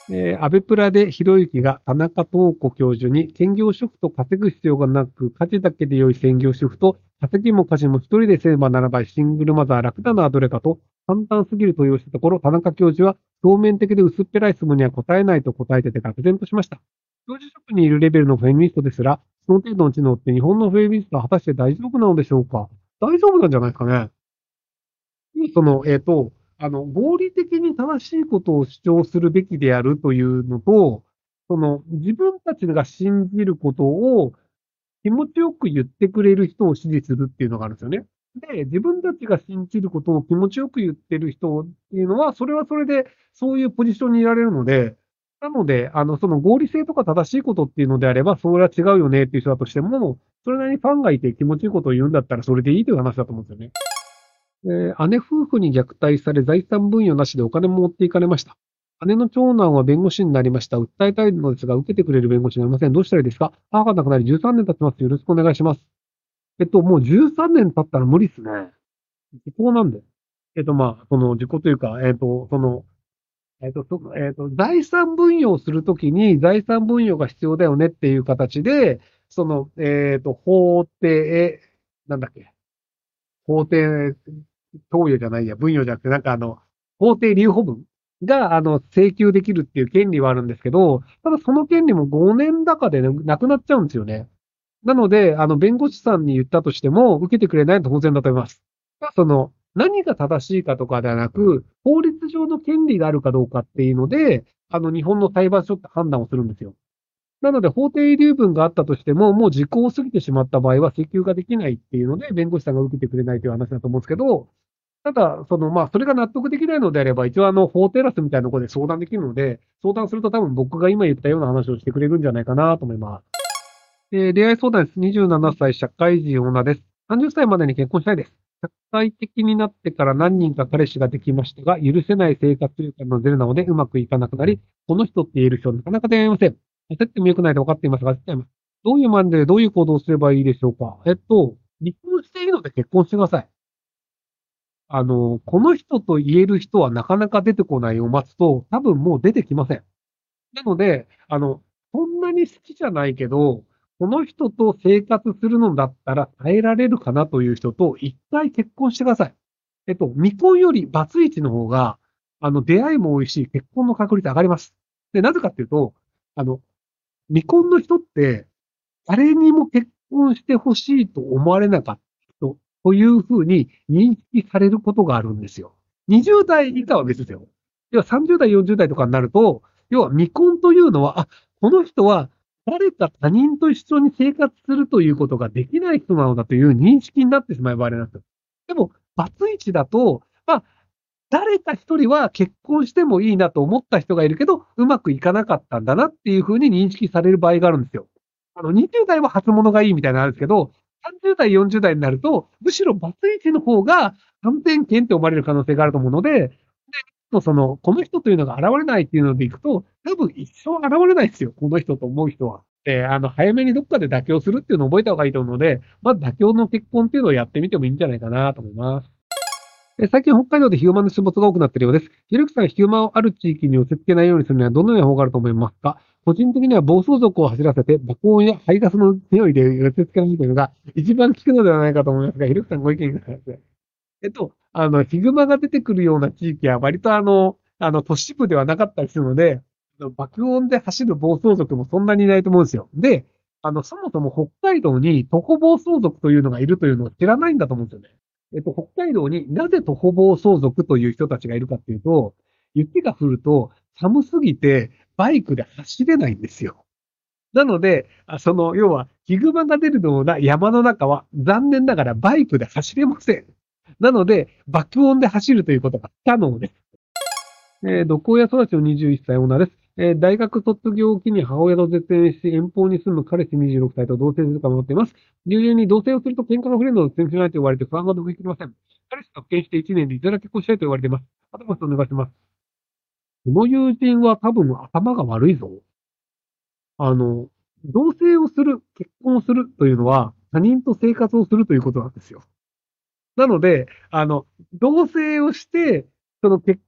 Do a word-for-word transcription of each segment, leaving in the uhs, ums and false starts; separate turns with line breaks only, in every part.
えー、アベプラでひろゆきが田中東子教授に兼業主婦と稼ぐ必要がなく、家事だけで良い専業主婦と稼ぎも家事も一人でせねばならないシングルマザー楽なのはどれかと簡単すぎる問いをしたところ、田中教授は表面的で薄っぺらい質問には答えないと答えてて愕然としました。教授職にいるレベルのフェミニストですら、その程度の知能って日本のフェミニストは果たして大丈夫なのでしょうか？大丈夫なんじゃないですかね。その、えっと、あの、合理的に正しいことを主張するべきであるというのと、その、自分たちが信じることを気持ちよく言ってくれる人を支持するっていうのがあるんですよね。で、自分たちが信じることを気持ちよく言ってる人っていうのは、それはそれでそういうポジションにいられるので、なので、あの、その合理性とか正しいことっていうのであれば、それは違うよねっていう人だとしても、それなりにファンがいて気持ちいいことを言うんだったらそれでいいという話だと思うんですよね。えー姉夫婦に虐待され財産分与なしでお金も持っていかれました。姉の長男は弁護士になりました。訴えたいのですが、受けてくれる弁護士がいません。どうしたらいいですか？母が亡くなりじゅうさんねん経ちます。よろしくお願いします。えっと、もうじゅうさんねん経ったら無理っすね。時効なんで。えっと、まあ、その時効というか、えっと、その、えっと、そえっと、財産分与をするときに財産分与が必要だよねっていう形で、その、えっと、法定、なんだっけ、法定投与じゃないや、分与じゃなくて、なんかあの、法定留保分が、あの、請求できるっていう権利はあるんですけど、ただその権利もごねん高でなくなっちゃうんですよね。なので、あの、弁護士さんに言ったとしても、受けてくれないと当然だと思います。その、何が正しいかとかではなく、法律上の権利があるかどうかっていうので、あの、日本の裁判所って判断をするんですよ。なので、法定遺留分があったとしても、もう時効を過ぎてしまった場合は請求ができないっていうので、弁護士さんが受けてくれないという話だと思うんですけど、ただ、その、まあ、それが納得できないのであれば、一応あの、法テラスみたいなところで相談できるので、相談すると多分僕が今言ったような話をしてくれるんじゃないかなと思います。えー恋愛相談です。にじゅうななさい、社会人女です。さんじゅっさいまでに結婚したいです。社会的になってから何人か彼氏ができましたが、許せない生活習慣のゼロなのでうまくいかなくなり、この人って言える人はなかなか出会いません。焦っても良くないと分かっていますが、焦っちゃいます。どういうマンでどういう行動をすればいいでしょうか？えっと、離婚していいので結婚してください。あの、この人と言える人はなかなか出てこないを待つと、多分もう出てきません。なので、あの、そんなに好きじゃないけど、この人と生活するのだったら耐えられるかなという人と一回結婚してください。えっと、未婚よりバツイチの方が、あの、出会いも多いし、結婚の確率上がります。で、なぜかっていうと、あの、未婚の人って、誰にも結婚してほしいと思われなかった人というふうに認識されることがあるんですよ。にじゅう代以下は別ですよ。要はさんじゅう代、よんじゅう代とかになると、要は未婚というのは、あ、この人は誰か他人と一緒に生活するということができない人なのだという認識になってしまえばあれなんですよ。でも、バツイチだと、まあ、誰か一人は結婚してもいいなと思った人がいるけど、うまくいかなかったんだなっていうふうに認識される場合があるんですよ。あの、にじゅう代は初物がいいみたいなのあるんですけど、さんじゅう代、よんじゅう代になると、むしろバツイチの方が安全圏って思われる可能性があると思うので、で、もうその、この人というのが現れないっていうのでいくと、多分一生現れないですよ。この人と思う人は。で、あの、早めにどっかで妥協するっていうのを覚えた方がいいと思うので、まず妥協の結婚っていうのをやってみてもいいんじゃないかなと思います。え最近北海道でヒューマンの出没が多くなっているようです。ひろゆきさんがヒューマンをある地域に寄せ付けないようにするにはどのような方法があると思いますか？個人的には暴走族を走らせて爆音や排ガスの匂いで寄せ付けないというのが一番効くのではないかと思いますが、ひろゆきさんご意見ください。えっと、あの、ヒグマが出てくるような地域は割とあの、あの、都市部ではなかったりするので、あの爆音で走る暴走族もそんなにいないと思うんですよ。で、あの、そもそも北海道に徒歩暴走族というのがいるというのを知らないんだと思うんですよね。えっと、北海道になぜ徒歩暴走族という人たちがいるかっていうと、雪が降ると寒すぎてバイクで走れないんですよ。なので、あその、要は、ヒグマが出るような山の中は、残念ながらバイクで走れません。なので、爆音で走るということが不可能です。えー、毒親育ちのにじゅういっさい女です。えー大学卒業を機に母親と絶縁し、遠方に住む彼氏にじゅうろくさいと同棲するか守っています。友人に同棲をすると喧嘩が増えるので全然ないと言われて不安が抜けきりません。彼氏と結婚していちねんでいずれ結婚したいと言われています。アドバイスお願いします。この友人は多分頭が悪いぞ。あの、同棲をする、結婚をするというのは、他人と生活をするということなんですよ。なので、あの、同棲をして、その結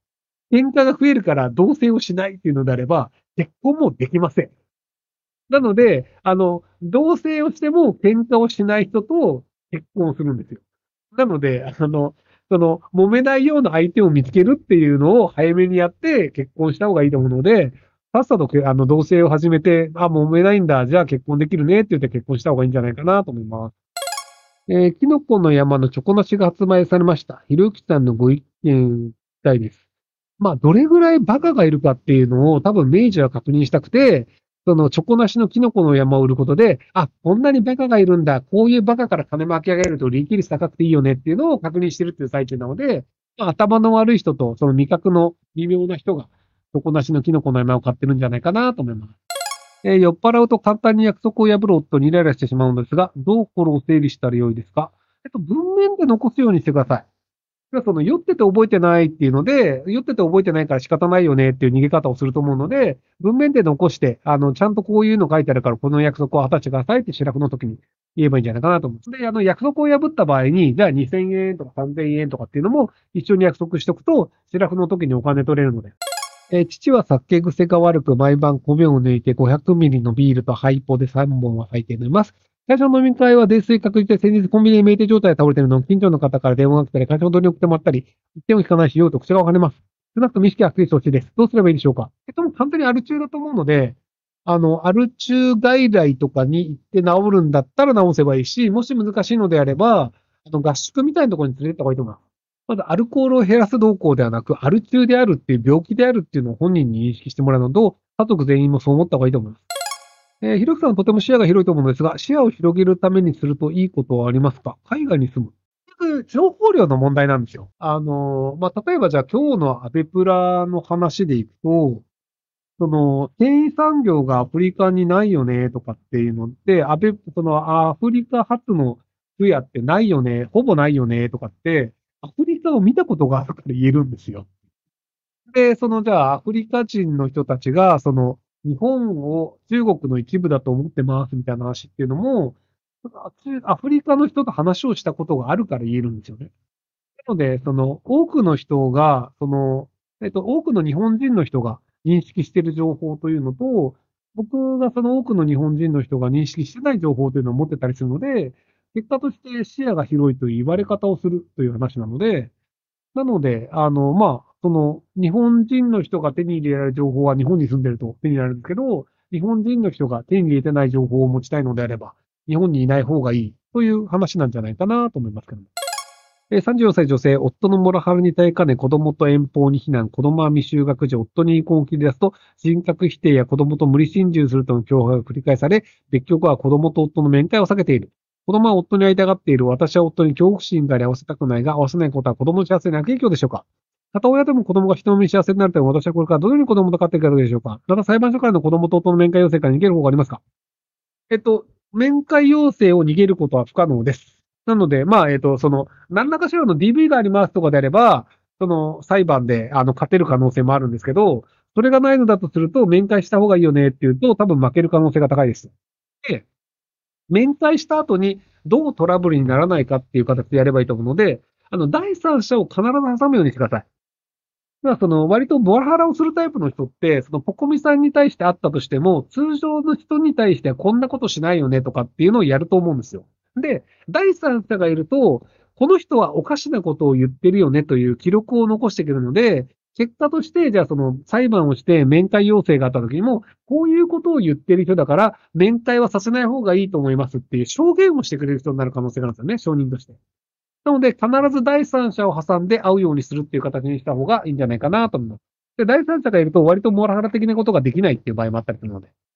喧嘩が増えるから同棲をしないっていうのであれば、結婚もできません。なので、あの、同棲をしても喧嘩をしない人と結婚するんですよ。なので、あの、その、揉めないような相手を見つけるっていうのを早めにやって結婚した方がいいと思うので、さっさとけあの、同棲を始めて、あ、揉めないんだ、じゃあ結婚できるねって言って結婚した方がいいんじゃないかなと思います。えー、キノコの山のチョコなしが発売されました。ひろゆきさんのご意見したいです。まあ、どれぐらいバカがいるかっていうのを多分明治は確認したくて、そのチョコなしのキノコの山を売ることで、あ、こんなにバカがいるんだ。こういうバカから金巻き上げると利益率高くていいよねっていうのを確認してるっていう最中なので、まあ、頭の悪い人とその味覚の微妙な人がチョコなしのキノコの山を買ってるんじゃないかなと思います。えー酔っ払うと簡単に約束を破る夫にイライラしてしまうのですが、どう心を整理したらよいですか？えっと、文面で残すようにしてください。その酔ってて覚えてないっていうので、酔ってて覚えてないから仕方ないよねっていう逃げ方をすると思うので、文面で残して、あの、ちゃんとこういうの書いてあるから、この約束を果たしてくださいって白くの時に言えばいいんじゃないかなと思う。で、あの、約束を破った場合に、じゃあにせんえんとかさんぜんえんとかっていうのも一緒に約束しておくと、白くの時にお金取れるので。えー父は酒癖が悪く、毎晩米を抜いてごひゃくミリのビールとハイポでさんぼんは最低飲みます。最初の飲み会は泥酔確率で先日コンビニで酩酊状態で倒れているのを近所の方から電話が来たり、会社の同僚に送ってもらったり、一点を引かないしようと口が分かれます。少なくとも意識ははっきりしてほしいです。どうすればいいでしょうか？えっと、もう完全にアル中だと思うので、あの、アル中外来とかに行って治るんだったら治せばいいし、もし難しいのであれば、あの、合宿みたいなところに連れてった方がいいと思います。まずアルコールを減らす動向ではなく、アル中であるっていう病気であるっていうのを本人に認識してもらうのと、家族全員もそう思った方がいいと思います。えー、ひろきさんはとても視野が広いと思うのですが、視野を広げるためにするといいことはありますか？海外に住む。結局、情報量の問題なんですよ。あのーまあ、例えばじゃあ今日のアベプラの話でいくと、その、繊維産業がアフリカにないよねとかっていうのって、アベ、そのアフリカ発のフヤってないよね、ほぼないよねとかって、アフリカを見たことがあるから言えるんですよ。で、そのじゃあアフリカ人の人たちが、その日本を中国の一部だと思ってますみたいな話っていうのも、アフリカの人と話をしたことがあるから言えるんですよね。なので、その多くの人が、その、えっと、多くの日本人の人が認識している情報というのと、僕がその多くの日本人の人が認識してない情報というのを持ってたりするので、結果として視野が広いという言われ方をするという話なので、なので、あの、まあ、その、日本人の人が手に入れられる情報は日本に住んでると手に入れられるんですけど、日本人の人が手に入れてない情報を持ちたいのであれば、日本にいない方がいいという話なんじゃないかなと思いますけども。えーさんじゅうよんさい女性、夫のモラハラに耐えかね、子供と遠方に避難、子供は未就学時、夫に離婚を切り出すと、人格否定や子供と無理心中するとの脅迫が繰り返され、別居後は子供と夫の面会を避けている。子供は夫に会いたがっている。私は夫に恐怖心があり合わせたくないが、合わせないことは子供の幸せに悪影響でしょうか？片親でも子供が人の身に幸せになると私はこれからどのように子供と飼っていくかでしょうか？また裁判所からの子供と夫の面会要請から逃げる方がありますか？えっと、面会要請を逃げることは不可能です。なので、まあ、えっと、その、何らかしらの ディーブイ がありますとかであれば、その、裁判で、あの、勝てる可能性もあるんですけど、それがないのだとすると、面会した方がいいよねっていうと、多分負ける可能性が高いです。で、面会した後にどうトラブルにならないかっていう形でやればいいと思うので、あの、第三者を必ず挟むようにしてください。まあ、その、割とモラハラをするタイプの人って、その、ポコミさんに対してあったとしても、通常の人に対してはこんなことしないよねとかっていうのをやると思うんですよ。で、第三者がいると、この人はおかしなことを言ってるよねという記録を残してくるので、結果として、じゃあその裁判をして面会要請があった時にも、こういうことを言ってる人だから、面会はさせない方がいいと思いますっていう証言をしてくれる人になる可能性があるんですよね、証人として。なので、必ず第三者を挟んで会うようにするっていう形にした方がいいんじゃないかなと思います。で、第三者がいると割とモラハラ的なことができないっていう場合もあったりするので。